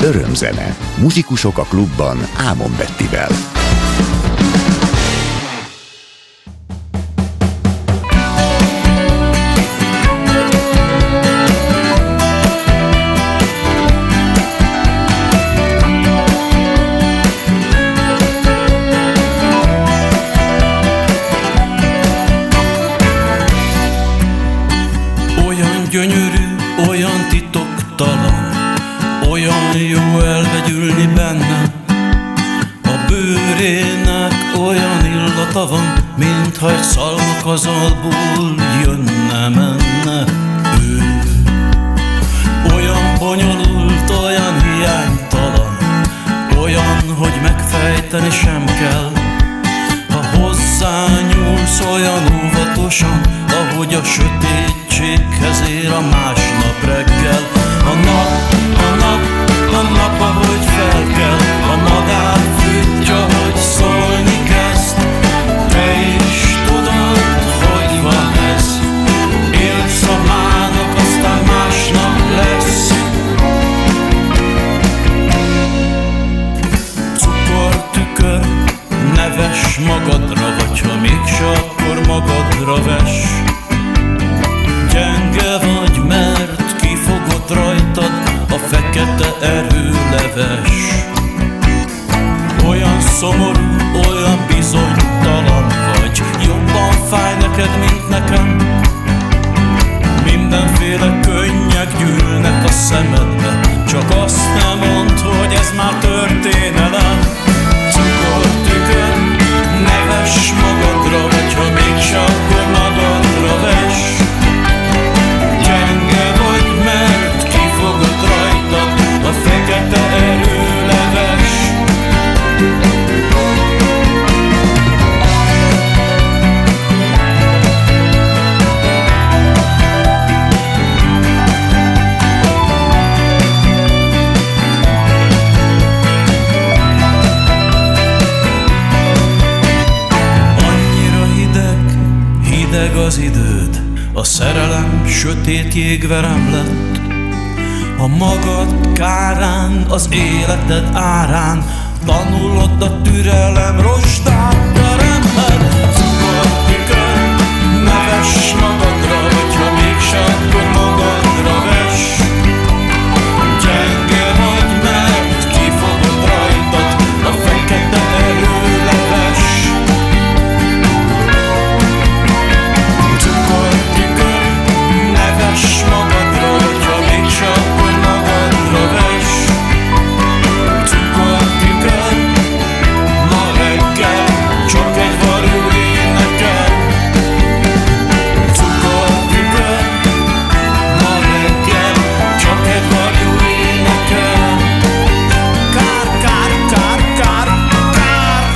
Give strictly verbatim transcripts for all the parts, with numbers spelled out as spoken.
Örömzene. Muzsikusok a klubban Ámon Bettivel. Gyönyörű, olyan titoktalan, olyan jó elvegyülni benne. A bőrének olyan illata van, mintha egy szalmakazalból jönne-menne ő. Olyan bonyolult, olyan hiánytalan, olyan, hogy megfejteni sem kell. Ha hozzányúlsz olyan óvatosan, ahogy a sötétséghez ér a másnap reggel. A nap, a nap, a nap, ahogy felkel, a madár fűtja, hogy szólni kezd. Te is tudod, hogy van ez, élsz a mának, aztán másnap lesz. Cukortükör, ne vess magadra, vagy ha mégse, akkor magadra vess. Gyenge vagy, mert kifogott rajtad a fekete erőleves. Olyan szomorú, olyan bizonytalan vagy, jobban fáj neked, mint nekem. Mindenféle könnyek gyűlnek a szemedbe, csak azt nem mondd, hogy ez már történelem. Cukortükör, ne vess magadra, vagy ha mégse, akkor magadra vess. Gyenge vagy, mert kifogott rajtad a fekete erőleves. Hideg az időd, a szerelem sötét jégverem lett. A magad kárán, az életed árán tanulod a türelem rostát teremhet. Cukortükör, ne vess magadra, vagy ha mégse, akkor magadra vess. Gyenge vagy, mert kifogod rajtad a fekete erőleves. Vess magadra, hogyha mégse, akkor magadra vess. Cukortükör, ma reggel csak egy varjú énekel. Cukortükör, ma reggel csak egy varjú énekel. Kár, kár, kár, kár, kár.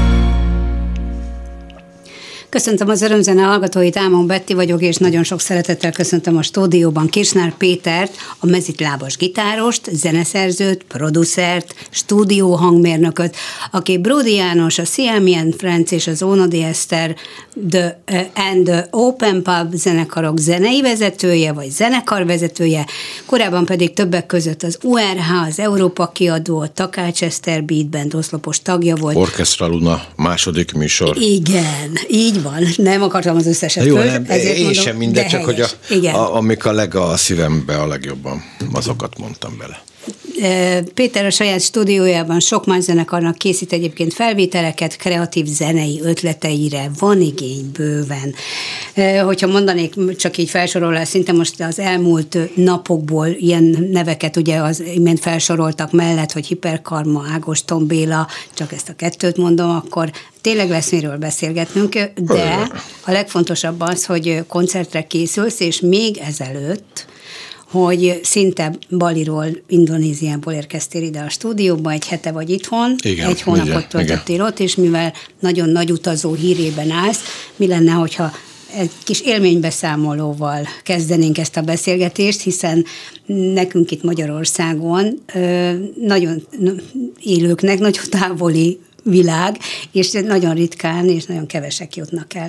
Köszöntöm az Örömzene hallgatóit, Ámon Betti vagyok, és nagyon sok szeretettel köszöntöm a stúdióban Kirschner Pétert, a mezitlábas gitárost, zeneszerzőt, producert, stúdióhangmérnököt, aki Bródi János, a Simeon Friends és az Ónodi Eszter the, uh, and the Open Pub zenekarok zenei vezetője, vagy zenekarvezetője, korábban pedig többek között az u er há, az Európa kiadó, a Takács Eszter Beat Band oszlopos tagja volt. Orchestra Luna második műsor. Igen, így van. Nem akartam az összeset jó, föl, nem, ezért én mondom, sem mindegy, csak hogy a, a, amik a leg a szívembe a legjobban, azokat mondtam bele. Péter a saját stúdiójában sok más zenekarnak készít egyébként felvételeket, kreatív zenei ötleteire van igény bőven. Hogyha mondanék, csak így felsorolás, szinte most az elmúlt napokból ilyen neveket ugye az imént felsoroltak mellett, hogy Hiperkarma, Ágoston Béla, csak ezt a kettőt mondom, akkor tényleg lesz miről beszélgetnünk, de a legfontosabb az, hogy koncertre készülsz, és még ezelőtt, hogy szinte Baliról, Indonéziából érkeztél ide a stúdióba, egy hete vagy itthon, igen, egy hónapot töltöttél ott, és mivel nagyon nagy utazó hírében állsz, mi lenne, hogyha egy kis élménybeszámolóval kezdenénk ezt a beszélgetést, hiszen nekünk itt Magyarországon nagyon élőknek, nagyon távoli világ, és nagyon ritkán, és nagyon kevesek jutnak el.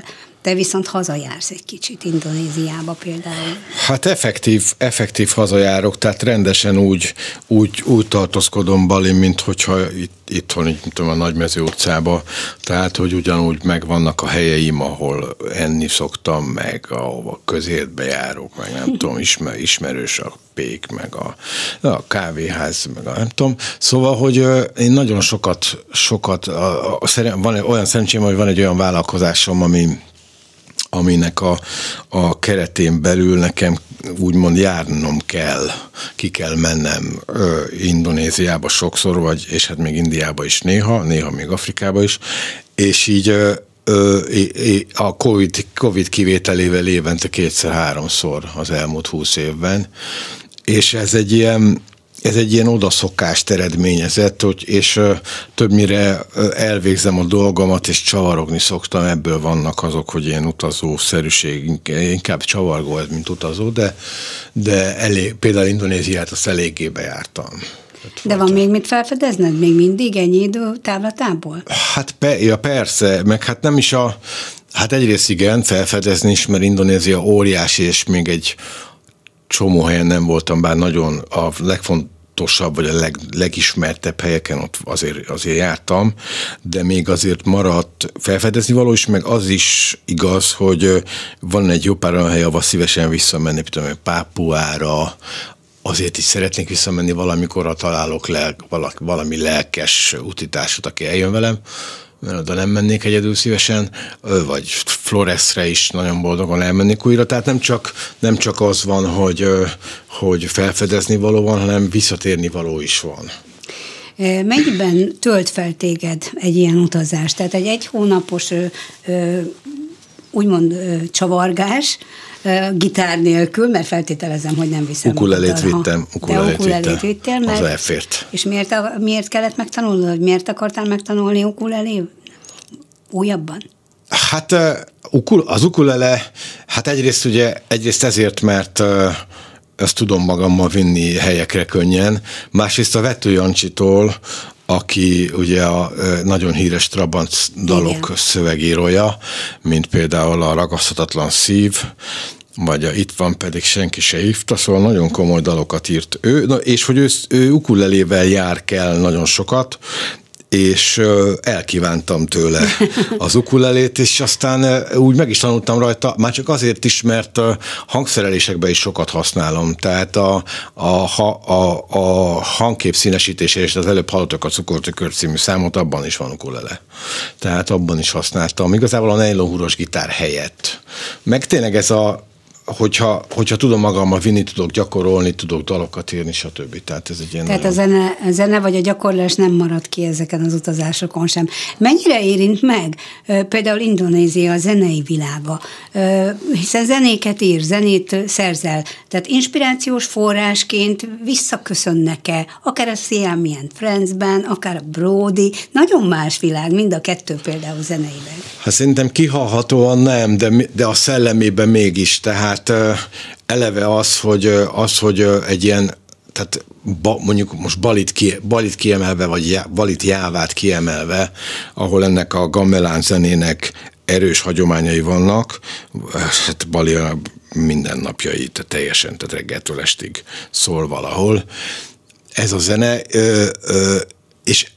te viszont hazajársz egy kicsit Indonéziába például. Hát effektív, effektív hazajárok, tehát rendesen úgy, úgy, úgy tartózkodom Balin, mint hogyha itt, itthon, így, tudom, a Nagymező utcába, tehát, hogy ugyanúgy megvannak a helyeim, ahol enni szoktam, meg ahova közértbe járok, meg nem tudom, ismer, ismerős a pék, meg a, a kávéház, meg a nem tudom. Szóval, hogy én nagyon sokat, sokat a, a, van olyan szerencsém, hogy van egy olyan vállalkozásom, ami aminek a, a keretén belül nekem úgymond járnom kell, ki kell mennem ö, Indonéziába sokszor, vagy, és hát még Indiába is néha, néha még Afrikába is, és így ö, ö, a COVID, COVID kivételével évente kétszer-háromszor az elmúlt húsz évben, és ez egy ilyen Ez egy ilyen odaszokást eredményezett, hogy, és többnyire elvégzem a dolgomat, és csavarogni szoktam, ebből vannak azok, hogy ilyen utazószerűség, inkább csavargó ez, mint utazó, de, de elég, például Indonéziát azt eléggé bejártam. De van még mit felfedezned? Még mindig ennyi idő távlatából? Hát pe, ja, persze, meg hát nem is a, hát egyrészt igen, felfedezni is, mert Indonézia óriási, és még egy csomó helyen nem voltam, bár nagyon a legfontosabb, vagy a leg, legismertebb helyeken ott azért, azért jártam, de még azért maradt felfedezni való is, meg az is igaz, hogy van egy jó pár olyan hely, ahol szívesen visszamenni, például Pápuára, azért is szeretnék visszamenni valamikor, ha találok lel, valami lelkes utitársat, aki eljön velem, de nem mennék egyedül szívesen, vagy Floresre is nagyon boldogan elmennék újra, tehát nem csak, nem csak az van, hogy, hogy felfedezni való van, hanem visszatérni való is van. Mennyiben tölt fel téged egy ilyen utazás? Tehát egy egy hónapos úgymond csavargás, gitár nélkül, mert feltételezem, hogy nem viszem. Ukulelét vittem. Ukulelét vittem. vittél, mert... Az elfért. És miért, miért kellett megtanulnod, hogy miért akartál megtanulni ukulelé újabban? Hát az ukulele, hát egyrészt ugye, egyrészt ezért, mert ezt tudom magammal vinni helyekre könnyen, másrészt a Vető Jancsitól, aki ugye a nagyon híres Trabant dalok Igen. szövegírója, mint például a Ragaszthatatlan szív, vagy a Itt van pedig senki se hívta, szóval nagyon komoly dalokat írt ő, és hogy ő, ő ukulelével jár kell nagyon sokat, és elkívántam tőle az ukulelét, és aztán úgy meg is tanultam rajta, már csak azért is, mert hangszerelésekben is sokat használom, tehát a, a, a, a hangkép színesítésére, és az előbb hallottak a Cukortükör című számot, abban is van ukulele. Tehát abban is használtam, igazából a nejlonhúros gitár helyett. Meg tényleg ez a Hogyha, hogyha tudom magammal vinni, tudok gyakorolni, tudok dalokat írni, stb. Tehát ez egy ilyen Tehát nagyon... a zene, a zene vagy a gyakorlás nem marad ki ezeken az utazásokon sem. Mennyire érint meg például Indonézia a zenei világa? Hiszen zenéket ír, zenét szerzel. Tehát inspirációs forrásként visszaköszönnek-e, akár a Siam and Friends-ben, akár a Brody, nagyon más világ, mind a kettő például zeneiben. Hát szerintem kihalhatóan nem, de, de a szellemében mégis, tehát Hát eleve az, hogy, az, hogy egy ilyen, tehát ba, mondjuk most Balit, ki, Balit kiemelve, vagy já, Balit Jávát kiemelve, ahol ennek a gamelán zenének erős hagyományai vannak, hát Bali a mindennapjai, tehát teljesen, tehát reggeltől estig szól valahol. Ez a zene, ö, ö, és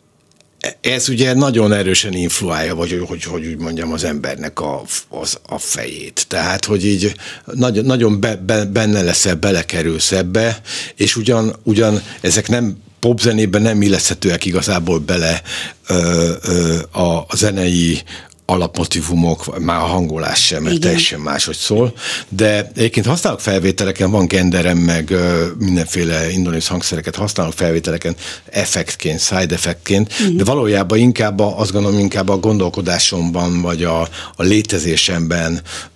ez ugye nagyon erősen influálja, vagy hogy, hogy úgy mondjam, az embernek a, az, a fejét. Tehát, hogy így nagyon, nagyon be, be, benne leszel, belekerülsz ebbe, és ugyan, ugyan ezek nem popzenében nem illeszthetőek igazából bele ö, ö, a, a zenei alapmotívumok, már a hangolás sem, mert Igen. teljesen máshogy szól, de egyébként használok felvételeken, van genderem, meg ö, mindenféle indonéz hangszereket használok felvételeken effektként, side effektként, uh-huh. de valójában inkább a, azt gondolom, inkább a gondolkodásomban, vagy a, a létezésemben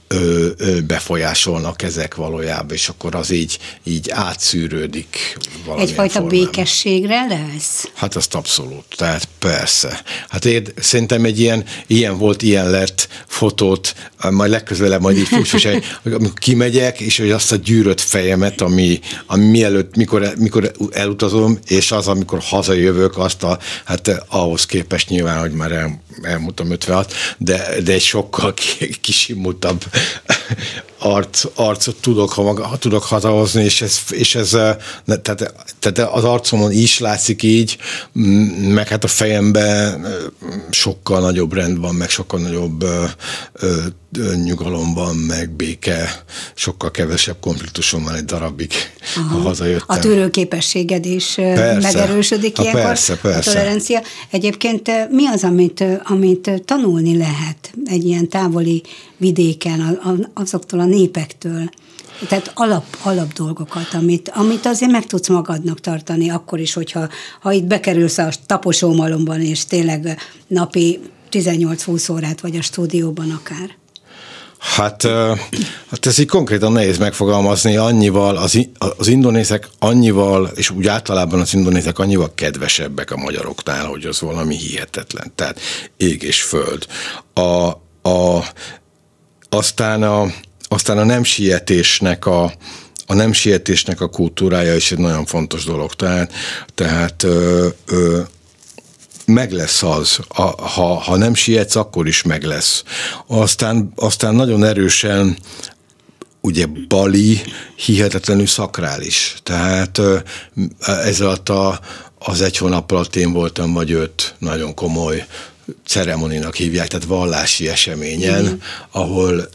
ö, ö, befolyásolnak ezek valójában, és akkor az így, így átszűrődik valamilyen Egyfajta formában. Békességre lesz? Hát azt abszolút, tehát persze. Hát én szerintem egy ilyen, ilyen volt, ilyen lett fotót, majd legközelebb majd így fúcs, amikor kimegyek, és hogy azt a gyűrött fejemet, ami, ami mielőtt, mikor, mikor elutazom, és az, amikor hazajövök, azt a, hát ahhoz képest nyilván, hogy már el, elmúltam ötvenhat, de, de egy sokkal kisimultabb arc, arcot tudok, ha, maga, ha tudok hazahozni, és ez, és ez tehát, tehát az arcomon is látszik így, meg hát a fejemben sokkal nagyobb rend van, meg sokkal nagyobb ö, ö, nyugalom van, meg béke, sokkal kevesebb konfliktusom van egy darabig, aha, ha hazajöttem. A tűrőképességed is persze, megerősödik ilyenkor, persze, persze. A tolerancia. Egyébként mi az, amit, amit tanulni lehet egy ilyen távoli vidéken azoktól a népektől? Tehát alap, alap dolgokat, amit, amit azért meg tudsz magadnak tartani, akkor is, hogyha ha itt bekerülsz a taposómalomban, és tényleg napi tizennyolc-húsz órát vagy a stúdióban akár. Hát, hát ez így konkrétan nehéz megfogalmazni, annyival, az, az indonézek annyival, és úgy általában az indonézek annyival kedvesebbek a magyaroknál, hogy az valami hihetetlen. Tehát ég és föld. A, a, aztán, a, aztán a nem sietésnek a A nem sietésnek a kultúrája is egy nagyon fontos dolog. Tehát, tehát ö, ö, meg lesz az, a, ha, ha nem sietsz, akkor is meg lesz. Aztán, aztán nagyon erősen, ugye Bali hihetetlenül szakrális. Tehát ez alatt a, az egy hónap alatt én voltam, vagy öt nagyon komoly ceremoninak hívják, tehát vallási eseményen, mm. ahol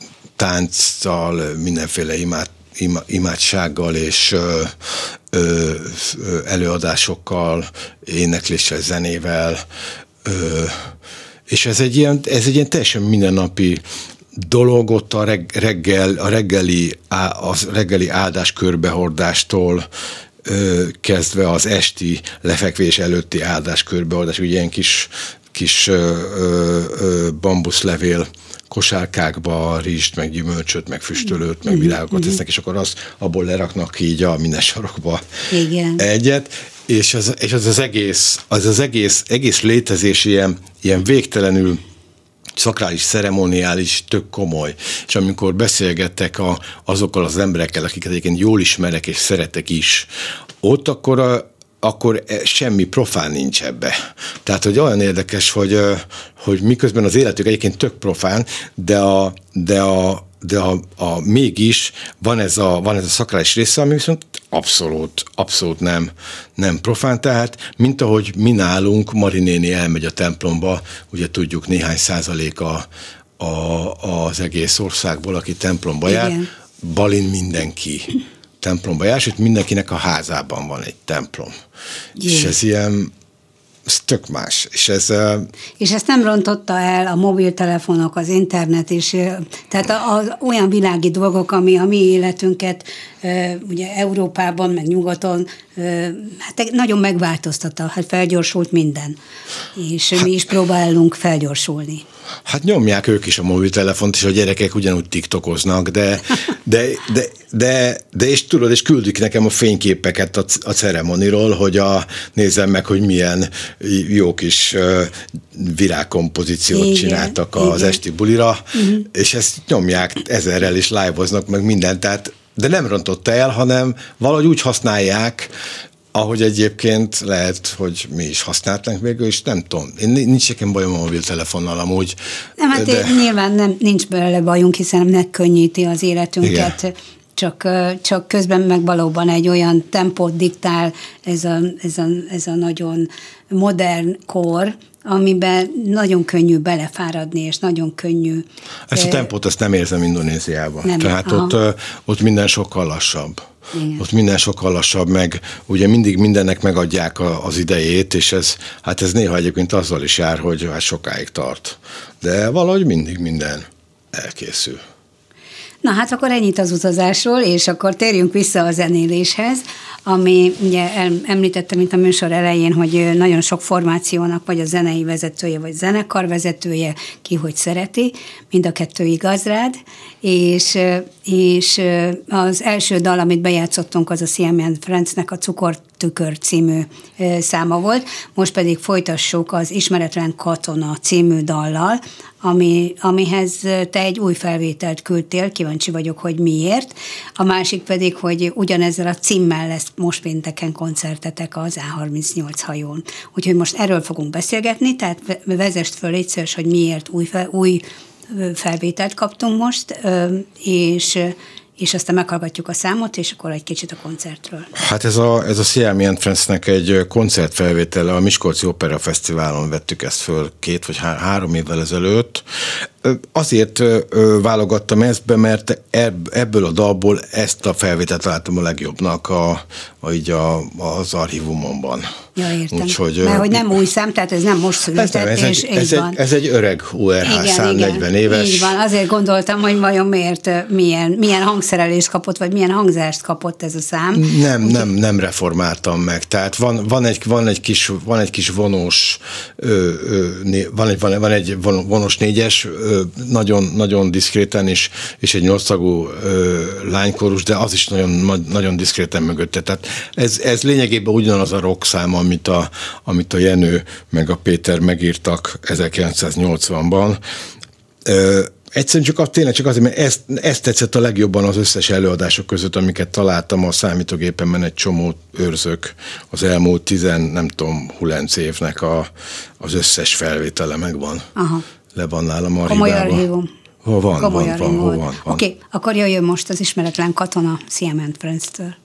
tánccal, mindenféle imád, imádsággal és ö, ö, előadásokkal, énekléssel, zenével, ö, és ez egy ilyen, ez egy ilyen teljesen mindennapi dolog ott a reggel, a reggeli, a reggeli áldás körbehordástól ö, kezdve az esti lefekvés előtti áldás körbehordás, ugye ilyen kis, kis ö, ö, bambuszlevél kosárkákba rizst, meg gyümölcsöt, meg füstölőt, meg virágokat tesznek, és akkor azt abból leraknak így a minden sarokba igen. egyet, és az, és az, az egész, az, az egész, egész létezés ilyen, ilyen végtelenül szakrális, ceremoniális, tök komoly. És amikor beszélgettek a, azokkal az emberekkel, akiket egyébként jól ismerek és szeretek is, ott akkor a akkor semmi profán nincs ebbe. Tehát, hogy olyan érdekes, hogy, hogy miközben az életük egyébként tök profán, de a, de a, de a, a mégis van ez a, van ez a szakrális része, ami viszont abszolút, abszolút nem, nem profán. Tehát, mint ahogy mi nálunk, Mari néni elmegy a templomba, ugye tudjuk néhány százaléka a, az egész országból, aki templomba jár, igen. Balin mindenki templomba jár, sőt mindenkinek a házában van egy templom. Jé. És ez ilyen, ez tök más. És, ez, és ezt nem rontotta el a mobiltelefonok, az internet is, tehát az olyan világi dolgok, ami a mi életünket ugye Európában, meg nyugaton, hát nagyon megváltoztatta, hát felgyorsult minden. És hát, mi is próbálunk felgyorsulni. Hát nyomják ők is a mobiltelefont, és a gyerekek ugyanúgy tiktokoznak, de, de, de, de, de és tudod, és küldik nekem a fényképeket a, a ceremoniról, hogy a, nézzem meg, hogy milyen jó kis virágkompozíciót igen, csináltak az igen. esti bulira, uh-huh. és ezt nyomják ezerrel, és live-oznak meg mindent, tehát de nem rontotta el, hanem valahogy úgy használják, ahogy egyébként lehet, hogy mi is használtunk végül, és nem tudom, én nincs nekem bajom a mobiltelefonnal amúgy. Nem, hát de... nyilván nem, nincs belőle bajunk, hiszen megkönnyíti az életünket, igen. Csak, csak közben meg valóban egy olyan tempót diktál ez a, ez a, ez a nagyon modern kor, amiben nagyon könnyű belefáradni, és nagyon könnyű... Ezt a tempót ezt nem érzem Indonéziában. Nem, Tehát ott, ott minden sokkal lassabb. Igen. Ott minden sokkal lassabb, meg ugye mindig mindennek megadják a, az idejét, és ez, hát ez néha egyébként azzal is jár, hogy hát sokáig tart. De valahogy mindig minden elkészül. Na hát akkor ennyit az utazásról, és akkor térjünk vissza a zenéléshez, ami ugye említettem, mint a műsor elején, hogy nagyon sok formációnak vagy a zenei vezetője, vagy zenekar vezetője, ki hogy szereti, mind a kettő igaz rád, és, és az első dal, amit bejátszottunk, az a Siamese and Friendsnek a Cukortükör című száma volt, most pedig folytassuk az Ismeretlen katona című dallal, ami, amihez te egy új felvételt küldtél, kíváncsi vagyok, hogy miért. A másik pedig, hogy ugyanezzel a címmel lesz most pénteken koncertetek az á harmincnyolc hajón. Úgyhogy most erről fogunk beszélgetni, tehát vezest föl légy szíves, hogy miért új, fel, új felvételt kaptunk most, és és aztán meghallgatjuk a számot, és akkor egy kicsit a koncertről. Hát ez a, ez a Siamese and Friendsnek egy koncertfelvétele, a Miskolci Opera Fesztiválon vettük ezt föl két vagy há- három évvel ezelőtt. Azért válogattam ezt be, mert ebből a dalból ezt a felvételt találtam a legjobbnak a, a, így a, az archívumomban. Ja, értem. Úgyhogy, mert hogy nem új szám, tehát ez nem most született, ez, nem, ez, és egy, ez, egy, ez egy öreg u er há igen, szám, igen, negyven éves. Így van, azért gondoltam, hogy vajon miért, milyen, milyen hangszerelést kapott, vagy milyen hangzást kapott ez a szám. Nem, Úgy, nem, nem reformáltam meg. Tehát van, van, egy, van, egy, kis, van egy kis vonós, ö, ö, van, egy, van, van egy vonós négyes, ö, nagyon, nagyon diszkréten, és, és egy nyolctagú lánykórus, de az is nagyon, nagyon diszkréten mögötte. Tehát ez, ez lényegében ugyanaz a rock szám, amit a, amit a Jenő meg a Péter megírtak ezerkilencszáznyolcvanban. Ö, Egyszerűen csak, tényleg csak azért, mert ezt, ezt tetszett a legjobban az összes előadások között, amiket találtam a számítógépemben, egy csomó őrzök az elmúlt tizen, nem tudom, hulenc évnek a, az összes felvétele megvan. Aha. Le van nálam archívában. Komoly archívum. Hol van, Komoly van, van, hol van, van. Oké, okay, akkor jöjjön most az Ismeretlen katona Siamese and Friends-től.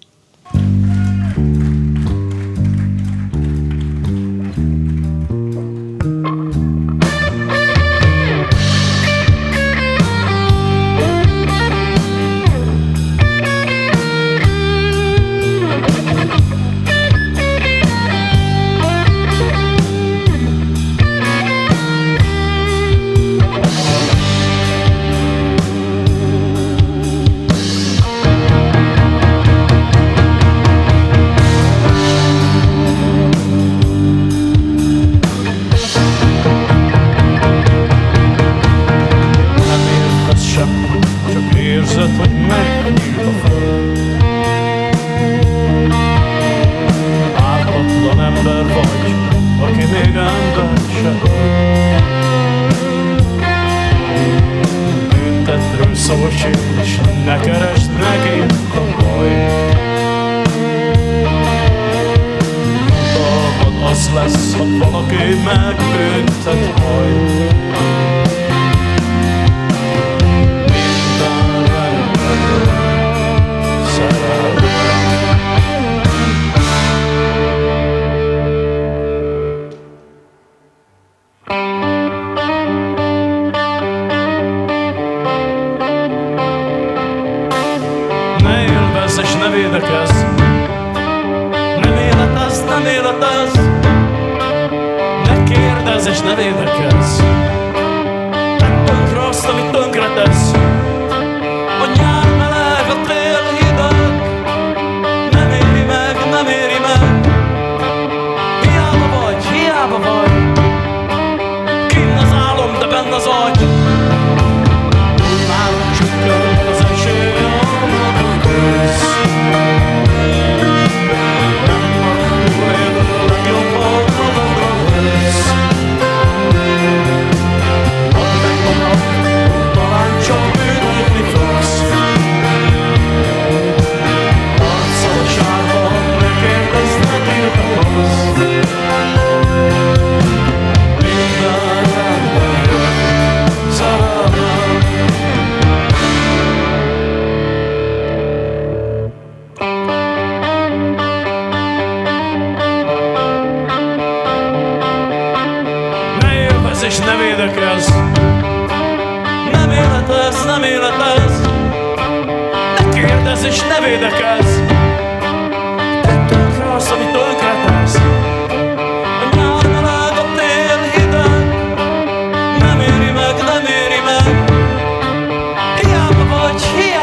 Hiába vagy, hiába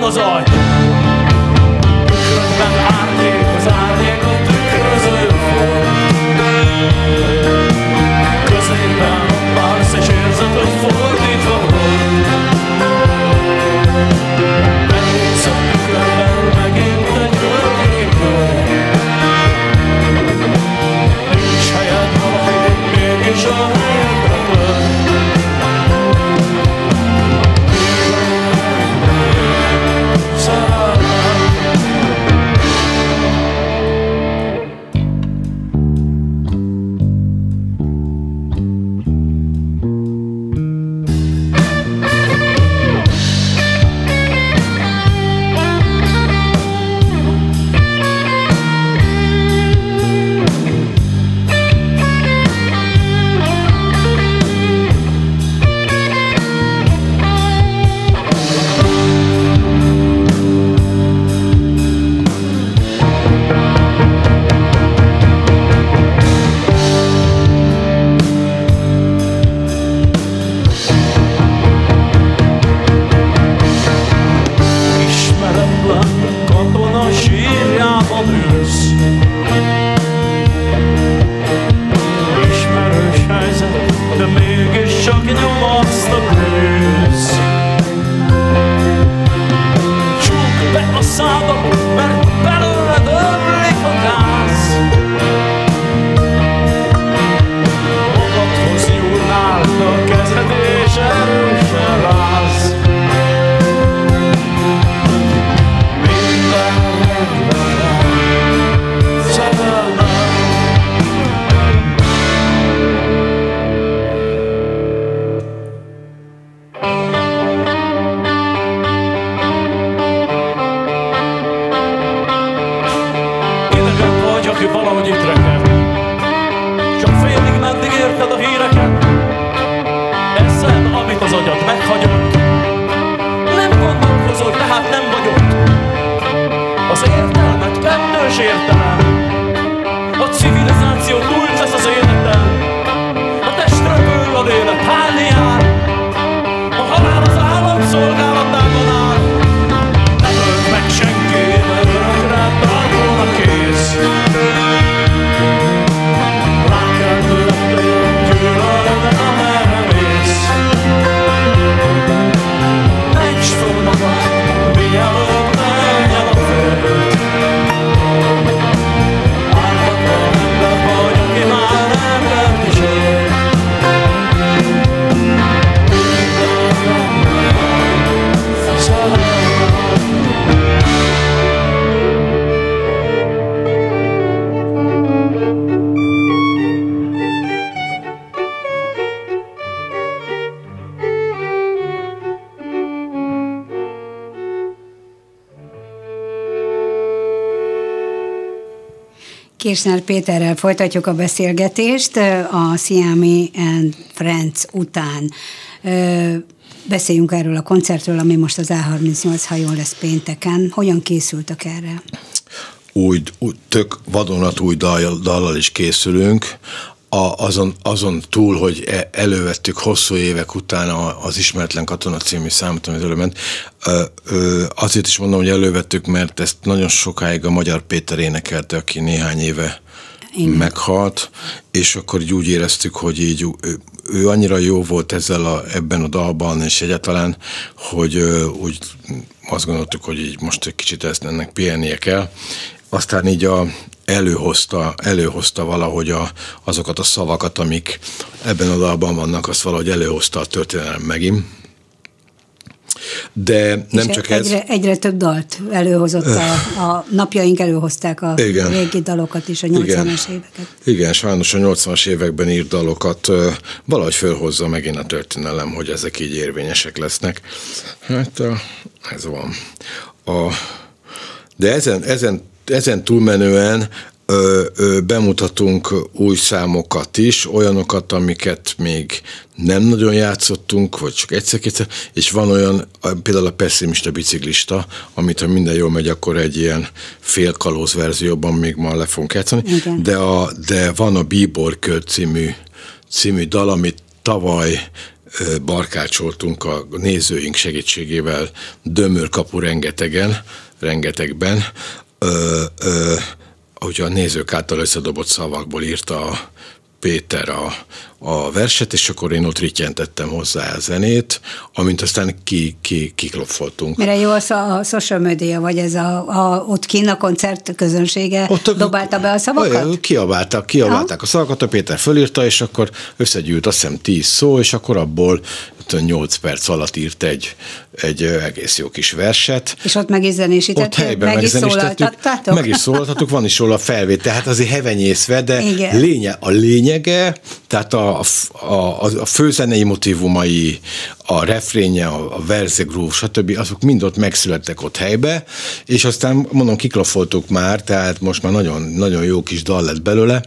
az agy. Tükrökben árnyék, az árnyékot tükröző fog. Középen a pársz és érzetet fordítva van. Megnézz a tükörben megint egy örökéből. Nincs helyed valahol, mégis a helyedben van. Kirchner Péterrel folytatjuk a beszélgetést a Siami and Friends után. Beszéljünk erről a koncertről, ami most az á harmincnyolc hajón lesz pénteken. Hogyan készültek erre? Új, új tök vadonatúj dal, dallal is készülünk. A, azon, azon túl, hogy elővettük hosszú évek után az Ismeretlen Katona című számot, amit előment, azért is mondom, hogy elővettük, mert ezt nagyon sokáig a Magyar Péter énekelte, aki néhány éve Igen. meghalt, és akkor így úgy éreztük, hogy így ő, ő annyira jó volt ezzel a, ebben a dalban, és egyáltalán, hogy úgy azt gondoltuk, hogy így most egy kicsit ezt ennek pihennie kell. Aztán így a Előhozta, előhozta valahogy a, azokat a szavakat, amik ebben a dalban vannak, azt valahogy előhozta a történelem megint. De nem és csak egyre, ez... Egyre több dalt előhozott, a, a napjaink előhozták a Igen. régi dalokat is, a nyolcvanas Igen. éveket. Igen, sajnos a nyolcvanas években írt dalokat valahogy fölhozza megint a történelem, hogy ezek így érvényesek lesznek. Hát ez van. A, de ezen, ezen Ezen túlmenően ö, ö, bemutatunk új számokat is, olyanokat, amiket még nem nagyon játszottunk, vagy csak egyszer-kétszer, és van olyan, például a Pessimista biciklista, amit ha minden jól megy, akkor egy ilyen félkalóz verzióban még ma le fogunk játszani, de, a, de van a Bíborkör című, című dal, amit tavaly barkácsoltunk a nézőink segítségével Dömör-kapu rengetegen, rengetegben, ö, ö, ahogy a nézők által összedobott szavakból írta a Péter a, a verset, és akkor én ott rittyentettem hozzá a zenét, amint aztán ki, ki, kiklopfoltunk. Mire jó a, a social media, vagy ez a, a ott kín a koncert közönsége ott a, dobálta be a szavakat? Kiabálták, kiabálták a szavakat, a Péter fölírta, és akkor összegyűlt azt hiszem tíz szó, és akkor abból nyolc perc alatt írt egy, egy egész jó kis verset. És ott meg is zenésítettük, meg, meg is szólaltattátok? Meg is szólaltattuk, van is róla felvétel, tehát azért hevenyészve, de lénye, a lényege, tehát a, a, a, a főzenei motívumai, a refrénje, a, a verze, groove, stb. Azok mind ott megszülettek ott helybe, és aztán mondom, kiklafoltuk már, tehát most már nagyon, nagyon jó kis dal lett belőle.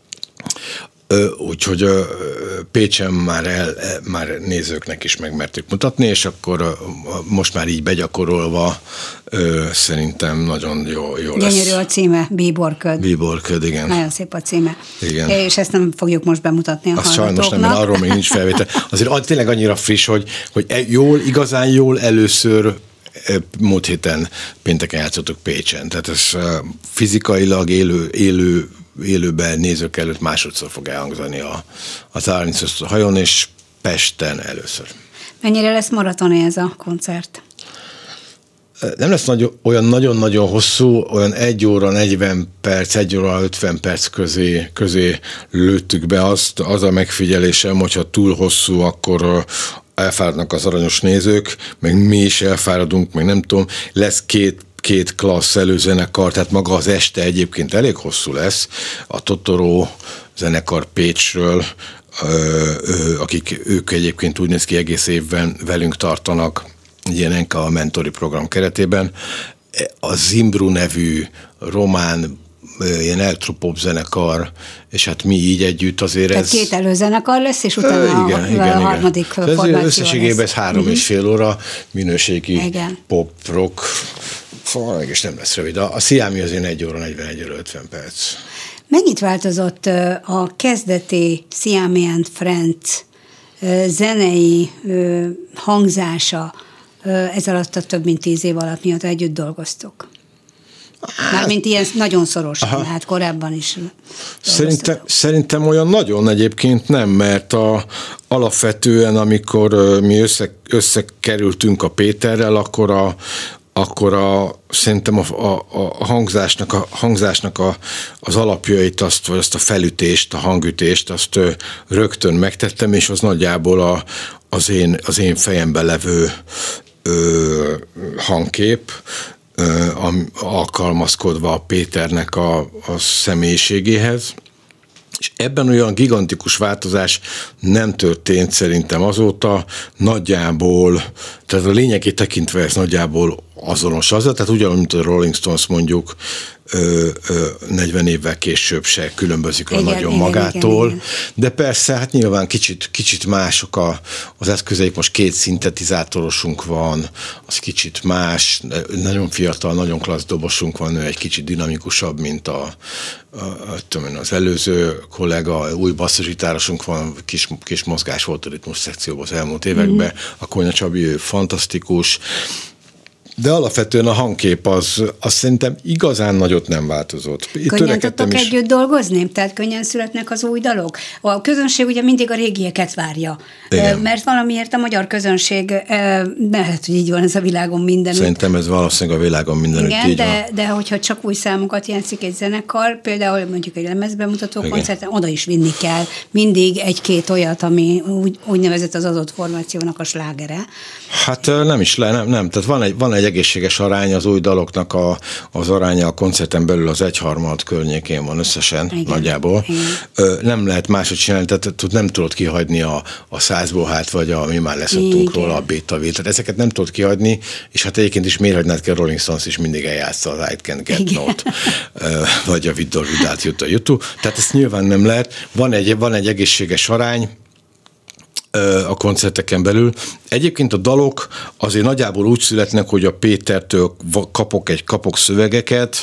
Úgyhogy Pécsen már, el, már nézőknek is megmertük mutatni, és akkor most már így begyakorolva szerintem nagyon jó, jó lesz. Gyönyörű a címe, Bíborköd. Bíborköd, igen. Nagyon szép a címe. Igen. És ezt nem fogjuk most bemutatni a Azt hallgatóknak. sajnos nem, mert arról még nincs felvétel. Azért tényleg annyira friss, hogy, hogy jól, igazán jól először múlt héten pénteken játszottuk Pécsen. Tehát ez fizikailag élő, élő élőben nézők előtt másodszor fog elhangzani a, az Árnyszösz hajón, és Pesten először. Mennyire lesz maratoni ez a koncert? Nem lesz nagy, olyan nagyon-nagyon hosszú, olyan egy óra negyven perc, egy óra ötven perc közé, közé lőttük be azt, az a megfigyelésem, hogyha túl hosszú, akkor elfáradnak az aranyos nézők, meg mi is elfáradunk, meg nem tudom, lesz két két klassz előzenekar, tehát maga az este egyébként elég hosszú lesz. A Totoro zenekar Pécsről, akik ők egyébként úgy néz ki egész évben velünk tartanak, ilyen enka a mentori program keretében. A Zimbru nevű román ilyen eltropop zenekar, és hát mi így együtt azért Tehát ez... két előzenekar lesz, és utána igen, a, igen, a harmadik igen. formáció lesz. Összességében ez három uh-huh. és fél óra minőségi igen. pop, rock, szóval és nem lesz rövid. A, a Sziámi azért egy óra negyvenegy óra ötven perc. Mennyit változott a kezdeti Siami and Friends zenei hangzása ez alatt a több mint tíz év alatt, miatt együtt dolgoztok? Mármint ilyen nagyon szorosan, aha. hát korábban is. Szerintem, szerintem olyan nagyon egyébként nem, mert a, alapvetően, amikor mi össze, összekerültünk a Péterrel, akkor a akkor a, szerintem a, a, a hangzásnak, a, hangzásnak a, az alapjait, azt, vagy azt a felütést, a hangütést, azt ö, rögtön megtettem, és az nagyjából a, az, én, az én fejemben levő ö, hangkép, ö, alkalmazkodva a Péternek a, a személyiségéhez. És ebben olyan gigantikus változás nem történt szerintem azóta, nagyjából, tehát a lényegét tekintve ez nagyjából azonos azzal, tehát ugyanúgy, mint a Rolling Stones mondjuk ö, ö, negyven évvel később se különbözik a nagyon igen, magától, igen, igen. De persze, hát nyilván kicsit, kicsit mások a, az eszközeik, most két szintetizátorosunk van, az kicsit más, nagyon fiatal, nagyon klassz dobosunk van, ő egy kicsit dinamikusabb, mint a, a, a tudom, az előző kollega, új basszusgitárosunk van, kis, kis mozgás volt a ritmus szekcióban az elmúlt években, mm. a Konya Csabi, ő fantasztikus, de alapvetően a hangkép az, az szerintem igazán nagyot nem változott. Itt könnyen tudtok is... együtt dolgozni? Tehát könnyen születnek az új dalok? A közönség ugye mindig a régieket várja. Igen. Mert valamiért a magyar közönség, lehet, hogy így van ez a világon mindenütt. Szerintem ez valószínűleg a világon mindenütt igen, így de, van. de hogyha csak új számokat játszik egy zenekar, például mondjuk egy lemezbemutató koncerten, oda is vinni kell mindig egy-két olyat, ami úgy, úgynevezett az adott formációnak a slágere. Hát nem is le, nem, nem. Tehát van egy, van egy egészséges arány, az új daloknak a, az aránya a koncerten belül az egyharmad környékén van összesen, igen, nagyjából. Igen. Nem lehet máshogy csinálni, tehát nem tudod kihagyni a, a százbohát, vagy a, mi már leszoktunk róla, a Bétavill. Tehát ezeket nem tudod kihagyni, és hát egyébként is miért hagynád ki a Rolling Stones is mindig eljátsza az I Can't Get igen. Not, vagy a Vidor Vidát jut a YouTube. Tehát ezt nyilván nem lehet. Van egy, van egy egészséges arány, a koncerteken belül. Egyébként a dalok azért nagyjából úgy születnek, hogy a Pétertől kapok egy kapok szövegeket,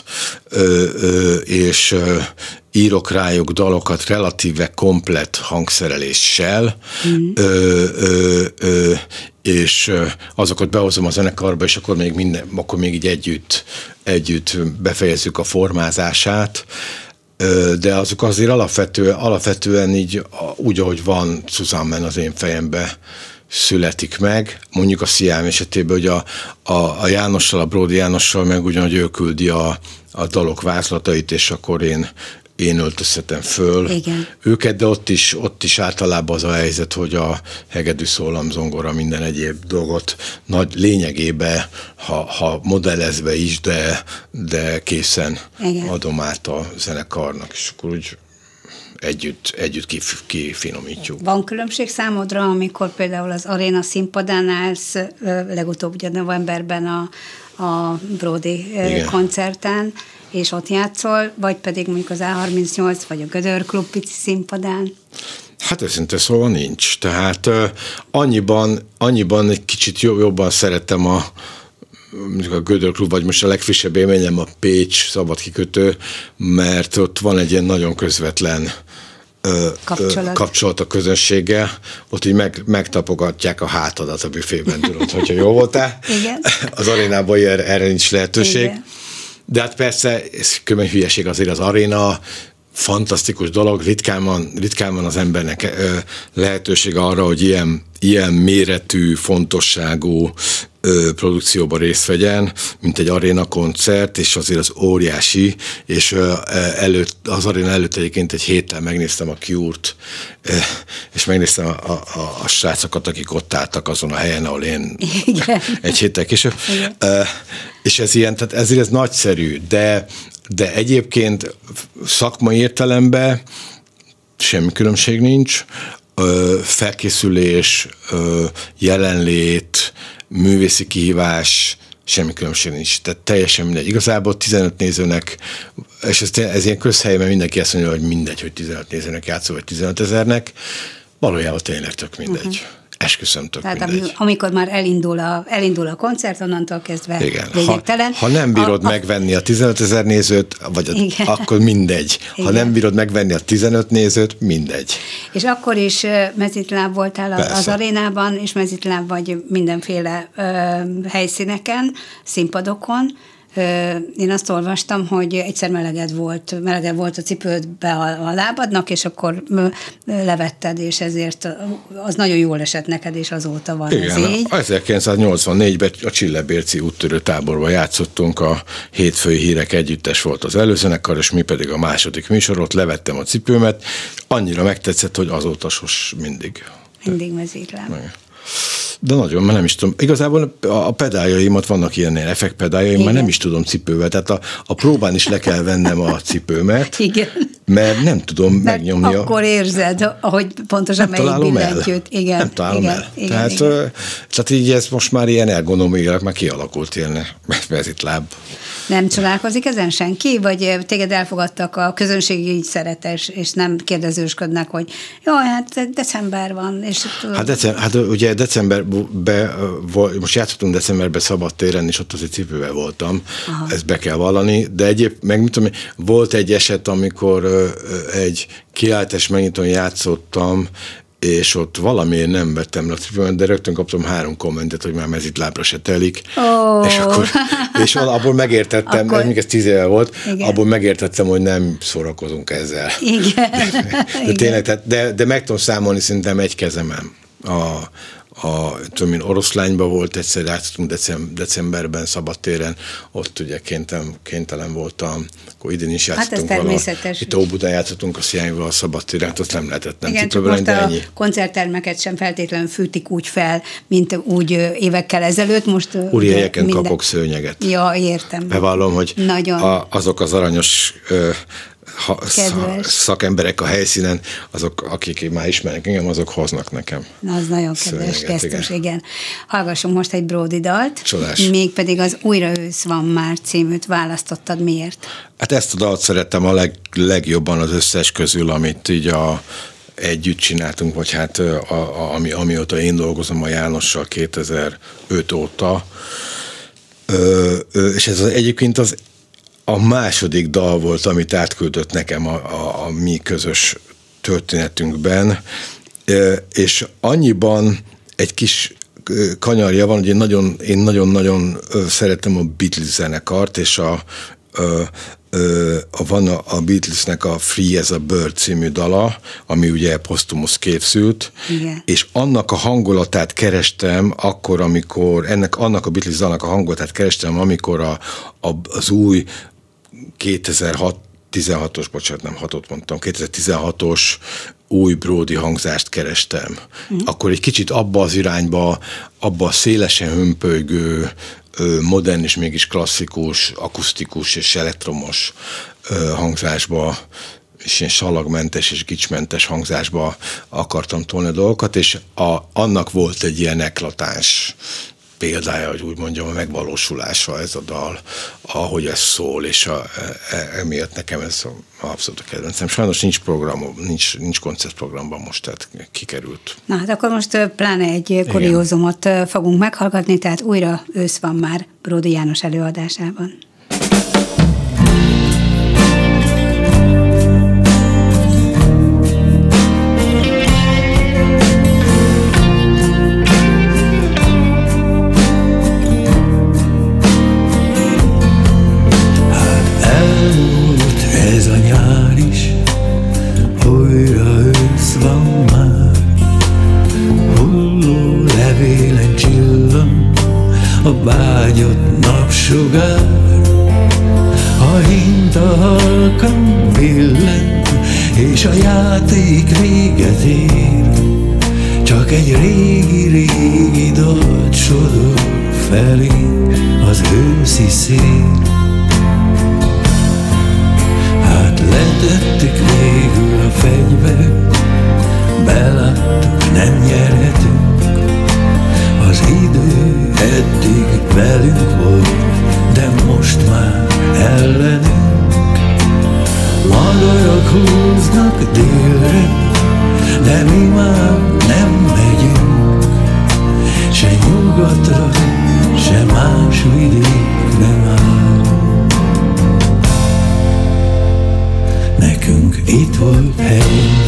és írok rájuk dalokat relatíve komplett hangszereléssel, mm. ö, ö, ö, és azokat behozom a zenekarba, és akkor még, minden, akkor még így együtt, együtt befejezzük a formázását, de azok azért alapvetően, alapvetően így úgy, ahogy van Susanne az én fejembe születik meg. Mondjuk a Sziám esetében, hogy a, a, a Jánossal, a Bródi Jánossal meg ugyanúgy ő küldi a, a dalok vázlatait, és akkor én én öltöztetem föl Igen. őket, de ott is, ott is általában az a helyzet, hogy a hegedű, szólam, zongora, minden egyéb dolgot nagy lényegében, ha, ha modellezve is, de, de készen Igen. adom át a zenekarnak, és akkor úgy együtt, együtt kif, kifinomítjuk. Van különbség számodra, amikor például az aréna színpadán állsz, legutóbb ugye novemberben a, a Bródi Igen. koncerten, és ott játszol, vagy pedig mondjuk az á harmincnyolc, vagy a Gödör Klub pici színpadán? Hát őszintén szóval nincs. Tehát uh, annyiban, annyiban egy kicsit jobban szeretem a, a Gödör Klub, vagy most a legfrissebb élményem a Pécs szabadkikötő, mert ott van egy ilyen nagyon közvetlen Kapcsolat. kapcsolat a közönséggel, ott így meg, megtapogatják a hátadat a büfében, tudod, hogyha jó voltál. Igen. Az arénában erre, erre nincs lehetőség. Igen. De hát persze, ez kömény hülyeség azért az aréna, fantasztikus dolog, ritkán van, ritkán van az embernek ö, lehetőség arra, hogy ilyen, ilyen méretű, fontosságú ö, produkcióban részt vegyen, mint egy aréna koncert, és azért az óriási, és ö, előtt, az aréna előtt egyébként egy héttel megnéztem a Cure-t, ö, és megnéztem a, a, a, a srácokat, akik ott álltak azon a helyen, ahol én Igen. egy héttel később. Ö, és ez ilyen, tehát ezért ez nagyszerű, de de egyébként szakmai értelemben semmi különbség nincs. Felkészülés, jelenlét, művészi kihívás, semmi különbség nincs. Tehát teljesen mindegy. Igazából tizenöt nézőnek, és ez, ez ilyen közhely, mert mindenki azt mondja, hogy mindegy, hogy tizenöt nézőnek játszol, vagy tizenöt ezernek. Valójában tényleg tök mindegy. Uh-huh. Esküszöm, tök Tehát mindegy. amikor már elindul a, elindul a koncert, onnantól kezdve Igen. lényegtelen. Ha, ha nem bírod a, megvenni a tizenöt ezer nézőt, vagy a, akkor mindegy. Ha Igen. nem bírod megvenni a tizenöt nézőt, mindegy. És akkor is mezitláb voltál Persze. az arénában, és mezitláb vagy mindenféle ö, helyszíneken, színpadokon. Én azt olvastam, hogy egyszer meleged volt, meleged volt a cipődbe a, a lábadnak, és akkor levetted, és ezért az nagyon jól esett neked, és azóta van Igen, ez így. ezerkilencszáznyolcvannégyben a Csillebérci úttörő táborban játszottunk, a Hétfői Hírek együttes volt az előzenekar, és mi pedig a második műsorot, levettem a cipőmet, annyira megtetszett, hogy azóta sos mindig. Mindig mezitláb. De nagyon, mert nem is tudom. Igazából a pedáljaimat, vannak ilyen effektpedáljaim, már nem is tudom cipővel. Tehát a, a próbán is le kell vennem a cipőmet, Igen. mert nem tudom mert megnyomni. Akkor a... érzed, ahogy pontosan melyik billentyűt. Igen. Nem találom igen, el. Igen, tehát, igen. tehát így ez most már ilyen ergonomiailag már kialakult ilyen mezitláb. Nem csodálkozik ezen senki? Vagy téged elfogadtak a közönség így szeretes, és nem kérdezősködnek, hogy jaj, hát december van. És hát, december, hát ugye decemberben, most játszottunk decemberben szabadtéren, és ott azért cipővel voltam, Aha. ezt be kell vallani, de egyéb, meg mit tudom, volt egy eset, amikor egy kiáltás megnyitón játszottam, és ott valamiért nem vettem le a cipőmet, de rögtön kaptam három kommentet, hogy már mezitlábra se telik. Oh. És, akkor, és abból megértettem, akkor... még ez tíz éve volt, Igen. abból megértettem, hogy nem szórakozunk ezzel. Igen. De, de tényleg, tehát, de, de meg tudom számolni szerintem egy kezemen. A, a tudom én, Oroszlányban volt egyszer, játszottunk december, decemberben szabadtéren, ott ugye kénytelen, kénytelen voltam, akkor idén is játszottunk hát valahol. Itt Óbudán játszottunk a Sziányval a szabadtéren, hát azt nem lehetett nem Igen, csak most a ennyi. Koncerttermeket sem feltétlenül fűtik úgy fel, mint úgy évekkel ezelőtt. Most úri helyeken minden... kapok szőnyeget. Ja, értem. Bevallom, hogy a, azok az aranyos ö, ha, szakemberek a helyszínen, azok, akik már ismernek engem, azok hoznak nekem. Na, az nagyon kedves gesztus, igen. igen. Hallgassunk most egy Bródi dalt. Csodás. Mégpedig az Újra ősz van már címűt választottad. Miért? Hát ezt a dalt szerettem a leg, legjobban az összes közül, amit így a együtt csináltunk, vagy hát a, a, ami, amióta én dolgozom a Jánossal kétezer-öt óta. Ö, ö, és ez az, egyébként az a második dal volt, amit átküldött nekem a, a, a mi közös történetünkben, ö, és annyiban egy kis kanyarja van, hogy én nagyon, én nagyon-nagyon szeretem a Beatles zenekart, és a, a, a, van a, a Beatlesnek a Free as a Bird című dala, ami ugye posztumusz készült, igen. És annak a hangulatát kerestem akkor, amikor, ennek, annak a Beatles dalnak a hangulatát kerestem, amikor a, a, az új kétezer-hat tizenhatos, bocsánat, nem hatot mondtam, kétezer-tizenhatos új Brody hangzást kerestem. Mm. Akkor egy kicsit abba az irányba, abba a szélesen hömpölygő, modern és mégis klasszikus, akusztikus és elektromos hangzásba, és ilyen salagmentes és gicsmentes hangzásba akartam tolni a dolgokat, és a, annak volt egy ilyen eklatáns példája, hogy úgy mondjam, a megvalósulása ez a dal, ahogy ez szól, és a, e, emiatt nekem ez abszolút a kedvencem. Sajnos nincs programom, nincs, nincs koncertprogramban most, tehát kikerült. Na hát akkor most pláne egy kuriózumot fogunk meghallgatni, tehát újra ősz van már Bródi János előadásában. Vágyott napsugár, a hinta halkan billen, és a játék véget ér. Csak egy régi-régi dalt sodor felé az őszi szél. Hát letettük végül a fegyvert, beláttuk, nem nyerhetünk. Az idő eddig velünk volt, de most már ellenünk. Madarak húznak délre, de mi már nem megyünk. Se nyugatra, se más vidékre már. Nekünk itt volt helyünk.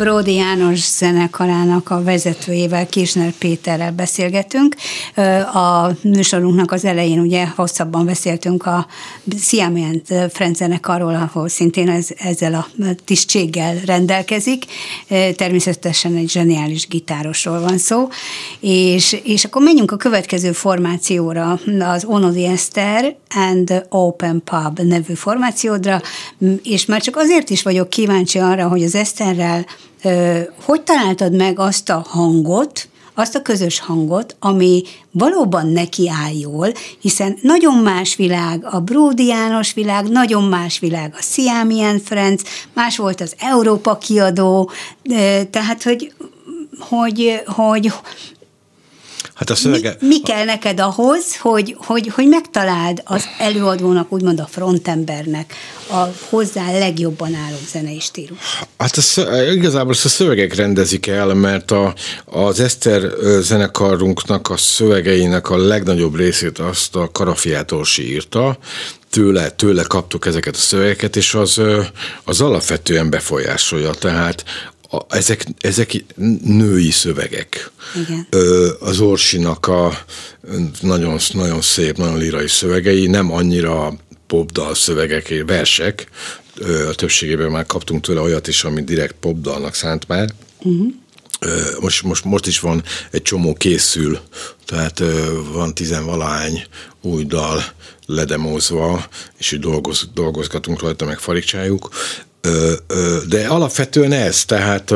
Bródi János zenekarának a vezetőjével, Kirchner Péterrel beszélgetünk. A műsorunknak az elején ugye hosszabban beszéltünk a Siam and Friends zenekarról, ahol szintén ez, ezzel a tisztséggel rendelkezik. Természetesen egy zseniális gitárosról van szó. És, és akkor menjünk a következő formációra, az Onodi Eszter and Open Pub nevű formációdra, és már csak azért is vagyok kíváncsi arra, hogy az Eszterrel hogy találtad meg azt a hangot, azt a közös hangot, ami valóban neki áll jól, hiszen nagyon más világ a Bródi János világ, nagyon más világ a Siam and Friends, más volt az Európa kiadó, tehát hogy, hogy, hogy Hát a szövege... mi, mi kell neked ahhoz, hogy, hogy, hogy megtaláld az előadónak, úgymond a frontembernek a hozzá legjobban álló zenei stílus? Hát a, igazából ezt a szövegek rendezik el, mert a, az Eszter zenekarunknak a szövegeinek a legnagyobb részét azt a Karafiát Orsi írta, tőle, tőle kaptuk ezeket a szövegeket, és az, az alapvetően befolyásolja, tehát A, ezek, ezek női szövegek. Igen. Az Orsinak a nagyon, nagyon szép, nagyon lírai szövegei, nem annyira popdal szövegek, versek, a többségében már kaptunk tőle olyat is, ami direkt popdalnak szánt már. Uh-huh. Most, most, most is van egy csomó készül, tehát van tizenvalahány új dal ledemózva, és úgy dolgoz, dolgozgatunk rajta, meg farigcsáljuk. De alapvetően ez, tehát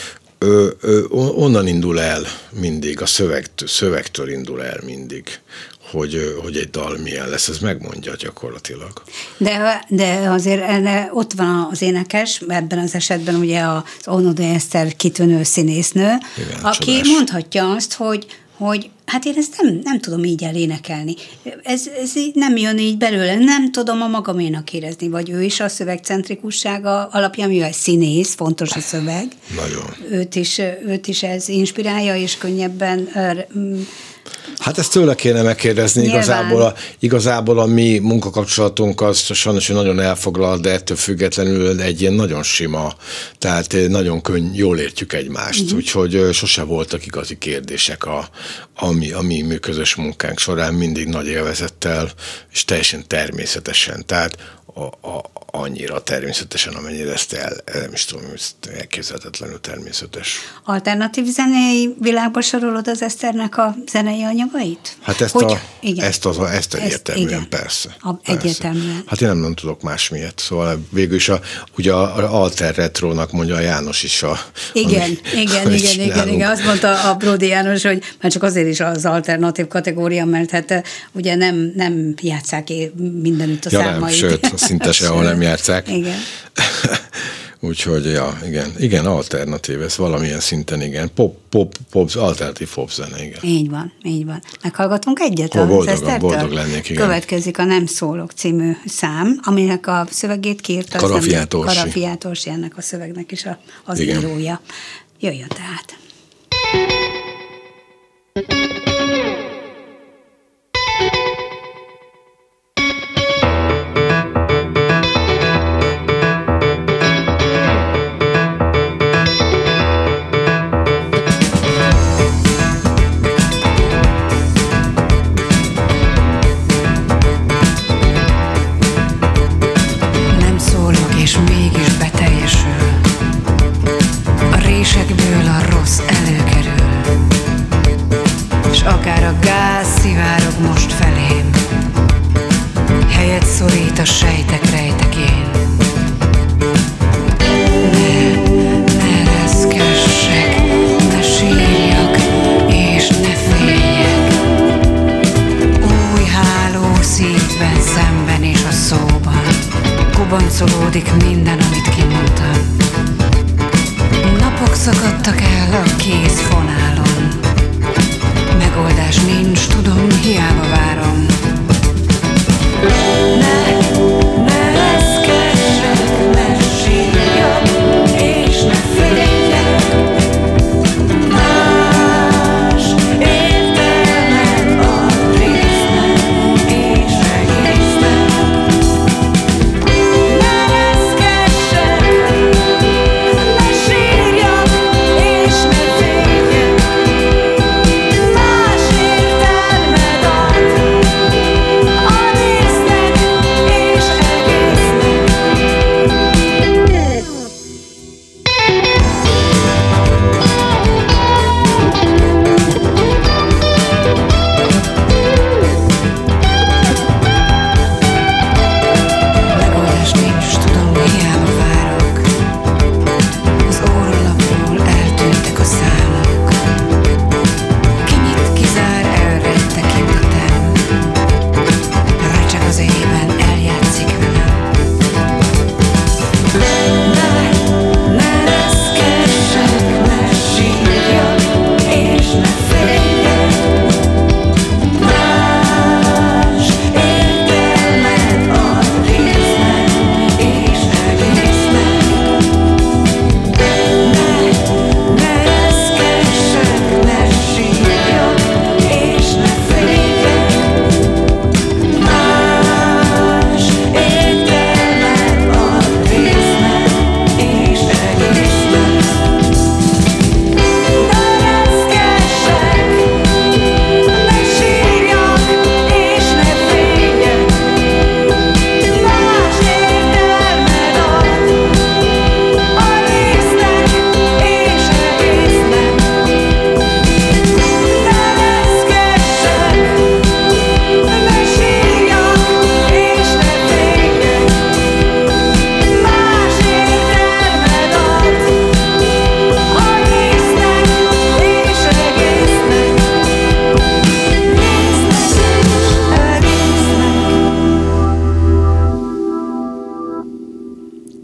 onnan indul el mindig, a szövegtől, szövegtől indul el mindig, hogy, hogy egy dal milyen lesz, ez megmondja gyakorlatilag. De, de azért ott van az énekes, ebben az esetben ugye az Onodi Eszter kitűnő színésznő, igen, aki csodás. Mondhatja azt, hogy hogy hát én ezt nem, nem tudom így elénekelni. Ez, ez így nem jön így belőle, nem tudom a magaménak érezni, vagy ő is a szövegcentrikussága alapján, mivel színész, fontos a szöveg. Nagyon. Őt is, őt is ez inspirálja, és könnyebben... Hát ezt tőle kéne megkérdezni, igazából a, igazából a mi munkakapcsolatunk az sajnos nagyon elfoglalt, de ettől függetlenül egy ilyen nagyon sima, tehát nagyon könny, jól értjük egymást, uh-huh. úgyhogy sose voltak igazi kérdések a, a, mi, a mi, mi közös munkánk során, mindig nagy élvezettel, és teljesen természetesen, tehát a, a, annyira természetesen, amennyire ezt el, nem is tudom, ezt elképzelhetetlenül természetes. Alternatív zenei világba sorolod az Eszternek a zenei anyagait? Hát ezt, hogy, a, ezt, az, ezt egyértelműen, ezt, persze, a, persze. Egyértelműen. Hát én nem, nem tudok más miért, szóval végül is a, ugye a Alter Retrónak mondja a János is a... Igen, ami, igen, igen, igen, igen, azt mondta a Bródi János, hogy már csak azért is az alternatív kategória, mert hát ugye nem, nem játsszák mindenütt a ja, számait. Nem, sőt, szinte sehol nem játsszák. Igen. Úgyhogy, ja, igen, igen, alternatív, ez valamilyen szinten, igen, pop, pop, pop, alternatív pop zene, igen. Így van, így van. Meghallgatunk egyet Hol az boldog, Esztertől? boldog lennék, igen. Következik a Nem szólok című szám, aminek a szövegét kiírta Karafiát Orsi. Karafiát Orsi, ennek a szövegnek is a, az igen. írója. Jöjjön tehát. Minden, amit kimondtam. Napok szakadtak el a kézfonálon. Megoldás nincs, tudom, hiába várom. Ne, ne reszkessek, ne sírjak, és ne féljek. Más értelmet ad résznek és egésznek. Ne reszkessek,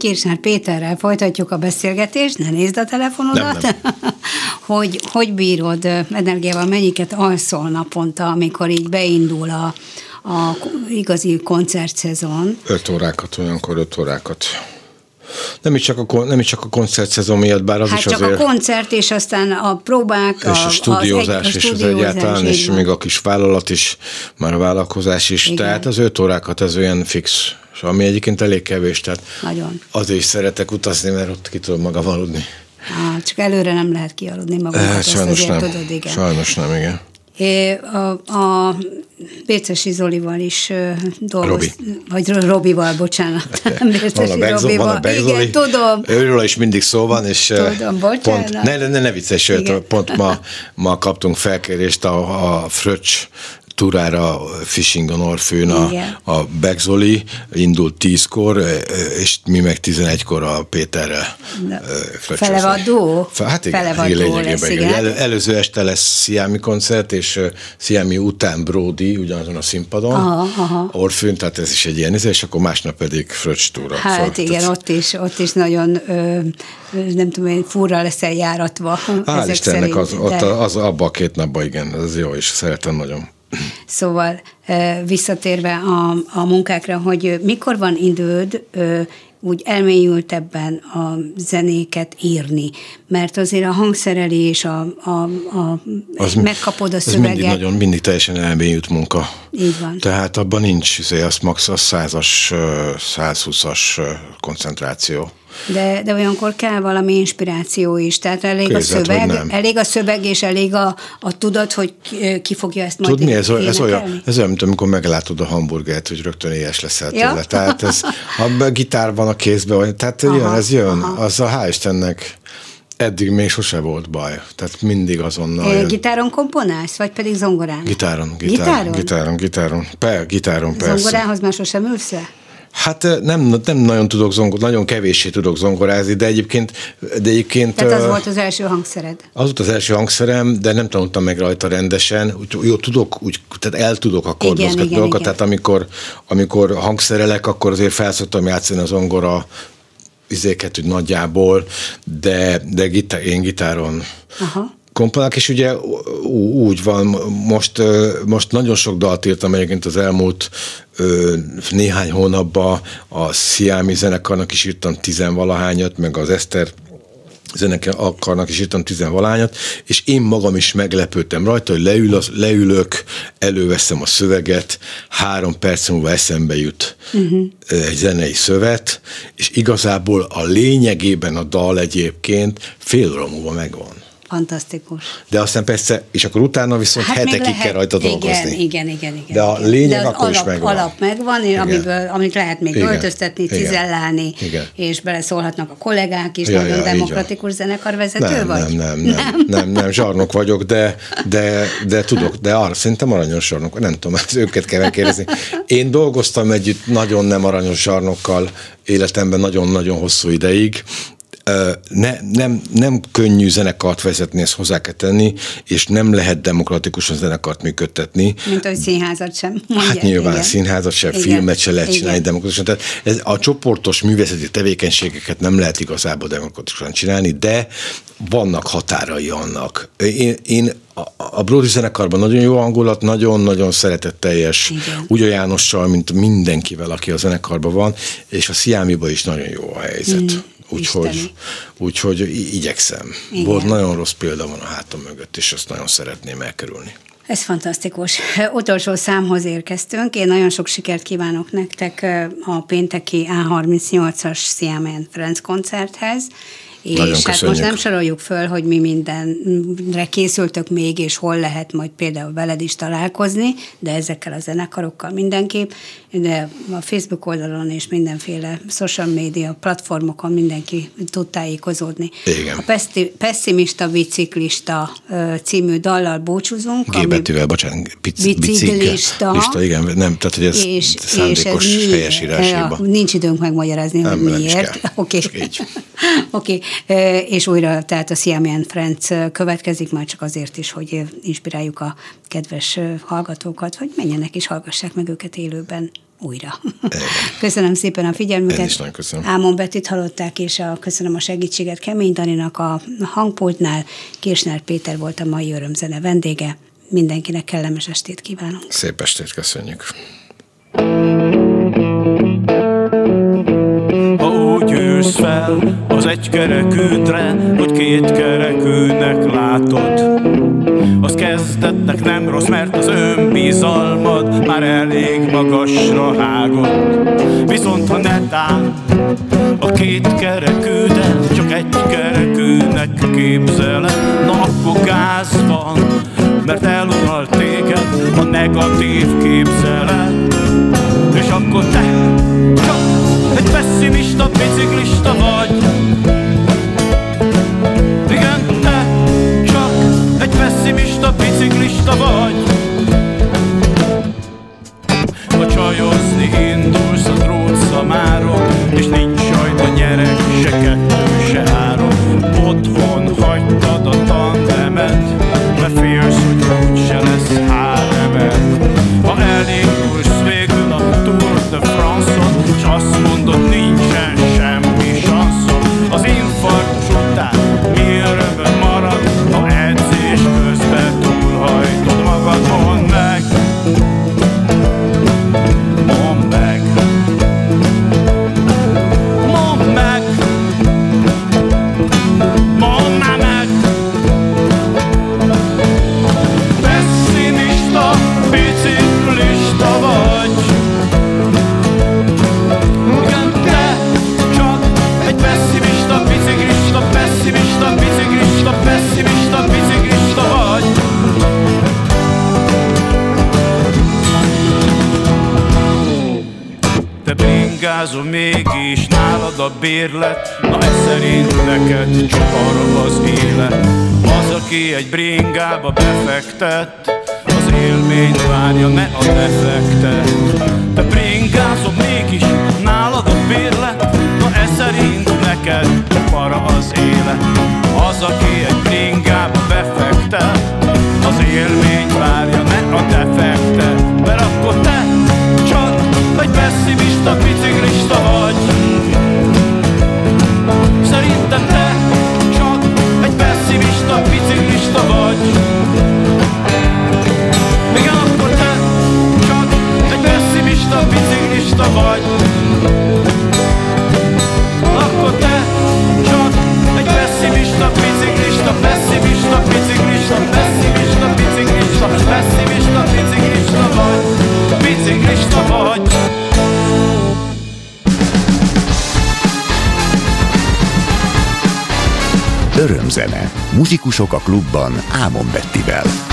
Kirchner Péterrel folytatjuk a beszélgetést, ne nézd a telefonodat. Nem, nem. hogy, hogy bírod energiával, mennyiket alszol naponta, amikor így beindul a, a igazi koncertszezon? Öt órákat, olyankor öt órákat. Nem is csak a, nem is csak a koncertszezon miatt, bár az hát is csak azért... a koncert, és aztán a próbák, és a, a stúdiózás, az egy, a és az egyáltalán, és még a kis vállalat is, már a vállalkozás is. Igen. Tehát az öt órákat az olyan fix, ami egyébként elég kevés, tehát nagyon. Azért is szeretek utazni, mert ott ki tudom magam aludni. Ah, csak előre nem lehet kialudni magunkat, eh, ezt azért nem. tudod, igen. Sajnos nem, igen. É, a, a Bécesi Zolival is dolgoz, Robi. vagy Robival, bocsánat. Nem Bécesi Robival. Igen, tudom. Őről is mindig szó van, és tudom, bocsánat. Pont, ne, ne, ne vicces, sőt, pont ma, ma kaptunk felkérést a, a Fröccs túrára Fishing on Orfűn, a, a Begzoli indult tízkor, és mi meg tizenegykor a Péterrel fröccsözni. Felevadó? Hát igen, Felevadó lesz, igen. Elő, előző este lesz Sziámi koncert, és Sziámi után Brody ugyanazon a színpadon, aha, aha. Orfűn, tehát ez is egy ilyen, és akkor másnap pedig Fröccs túra. Hát szóval, igen, tehát... ott, is, ott is nagyon ö, nem tudom, furra leszel járatva. Hál' Istennek, az, ott az, abban a két napban, igen, ez jó, és szeretem nagyon. Szóval visszatérve a, a munkákra, hogy mikor van időd úgy elmélyültebben a zenéket írni, mert azért a hangszerelés, a, a, a, az, megkapod a szöveget. Ez mindig nagyon, mindig teljesen elmélyült munka. Így van. Tehát abban nincs, az max az százas, százhúszas koncentráció. De, de olyankor kell valami inspiráció is, tehát elég Képzeld, a szöveg, elég a szöveg, és elég a, a tudat, hogy ki fogja ezt majd Tudni, ez, ez olyan, ez olyan, mint amikor meglátod a hamburgert, hogy rögtön éhes leszel tőle. Ja. Tehát ez, a gitár van a kézben, tehát aha, jön, ez jön, aha. Az a hál' Istennek eddig még sose volt baj, tehát mindig azonnal jön. Gitáron komponálsz, vagy pedig zongorán? Gitáron, gitár, gitáron, gitáron, gitáron, per, gitáron persze. Zongorához már sosem ülsz le? Hát nem, nem nagyon tudok zongorázni, nagyon kevéssé tudok zongorázni, de egyébként... De egyébként Tehát az volt az első hangszered? Az volt az első hangszerem, de nem tanultam meg rajta rendesen. Úgy, jó, tudok, úgy, tehát el tudok akkordozgatni dolgokat, tehát amikor, amikor hangszerelek, akkor azért felszoktam játszani a zongora izéket, úgy nagyjából, de, de gitár, én gitáron... Aha. komponálok, és ugye úgy van, most, most nagyon sok dalt írtam egyébként az elmúlt néhány hónapban, a Sziámi zenekarnak is írtam tizenvalahányat, meg az Eszter zenekarnak is írtam tizenvalahányat, és én magam is meglepődtem rajta, hogy leül, leülök, előveszem a szöveget, három perc múlva eszembe jut uh-huh. egy zenei szövet, és igazából a lényegében a dal egyébként fél óra múlva megvan. Fantasztikus. De aztán persze, és akkor utána viszont hát hetekig lehet, kell rajta dolgozni. Igen, igen, igen. igen De a lényeg De akkor alap, is megvan. alap megvan, amiből, amit lehet még igen. öltöztetni, cizellálni, igen. és beleszólhatnak a kollégák is, ja, nagyon ja, demokratikus zenekarvezető nem, vagy? Nem, nem, nem, nem, nem, nem, zsarnok vagyok, de, de, de tudok, de arra szerintem aranyos zsarnok, nem tudom, ezt őket kell megkérdezni. Én dolgoztam együtt nagyon nem aranyos zsarnokkal életemben nagyon-nagyon hosszú ideig, Ne, nem, nem könnyű zenekart vezetni, ezt hozzá kell tenni, és nem lehet demokratikusan zenekart működtetni. Mint hogy színházat sem mondják. Hát nyilván igen. színházat sem, igen. filmet sem lehet csinálni igen. demokratikusan. Tehát ez, a csoportos művészeti tevékenységeket nem lehet igazából demokratikusan csinálni, de vannak határai annak. Én, én a, a Brody zenekarban nagyon jó hangulat, nagyon-nagyon szeretetteljes, igen. úgy a Jánossal, mint mindenkivel, aki a zenekarban van, és a Sziámiban is nagyon jó a helyzet. Mm. Úgyhogy, úgyhogy igyekszem. Igen. Volt nagyon rossz példa van a hátam mögött, és azt nagyon szeretném elkerülni. Ez fantasztikus. Utolsó számhoz érkeztünk. Én nagyon sok sikert kívánok nektek a pénteki á harmincnyolcas Sziámi and Friends koncerthez. És nagyon hát köszönjük. Most nem soroljuk föl, hogy mi mindenre készültök még, és hol lehet majd például veled is találkozni, de ezekkel a zenekarokkal mindenképp, de a Facebook oldalon és mindenféle social media platformokon mindenki tud tájékozódni. Igen. A Pessi, Pessimista Biciklista című dallal búcsúzunk. G betűvel, bocsánat, biciklista. Lista, igen, nem, tehát hogy ez és, szándékos és ez helyesírásában. Nincs időnk megmagyarázni, nem, hogy miért. Oké. Okay. Oké. Okay. És újra, tehát a Sziámi and Friends következik, már csak azért is, hogy inspiráljuk a kedves hallgatókat, hogy menjenek és hallgassák meg őket élőben. újra. Köszönöm szépen a figyelmüket. Én is nagyon köszönöm. Ámon Bettit hallották, és a, köszönöm a segítséget Kemény Daninak a hangpultnál. Kirchner Péter volt a mai Örömzene vendége. Mindenkinek kellemes estét kívánunk. Szép estét, köszönjük. Ha úgy ülsz fel az egykerekűdre, hogy kétkerekűnek látod, az kezdetnek nem rossz, mert az önbizalmad már elég magasra hágott. Viszont ha netán a kétkerekűdet csak egykerekűnek képzeled, na akkor gáz van, mert elunal téged a negatív képzelet. És akkor te csak egy pessimista biciklista vagy. Igen, te csak egy pessimista biciklista vagy. Ha csajozni indulsz a drótszamáron, és nincs sajta gyerek, se kettő, se három, otthon hagytad a tandemet, mert félsz, hogy úgyse lesz háremed. Ha elindulsz végül a Tour de France-on, s azt mondod, nincsen semmi sanszon, az infarktus után mi örömöd marad, ha edzés közben túlhajtod magad? Mondd meg, mondd meg, mondd meg, mondd már meg. Pessimista biciklista vagy. Igen, te csak egy pessimista biciklista, pessimista biciklista, pessimista biciklista vagy. Te bringázol mégis, nálad a bérlet, na ez szerint neked csak arra az élet. Az, aki egy bringába befektet, az élményt várja, ne a defektet. Te bringázol mégis, nálad a bérlet, na ez szerint neked csak arra az élet. Az, aki egy bringába befektet, az élményt várja, ne a defektet. Mert akkor te csak egy pessimista biciklista vagy. Szerintem te csak egy pessimista biciklista vagy. Igen, akkor te csak egy pessimista biciklista vagy. Akkor te csak egy pessimista biciklista, pessimista biciklista, pessimista biciklista, pessimista biciklista vagy. Biciklista vagy. Örömzene. Muzsikusok a klubban Ámon Bettivel.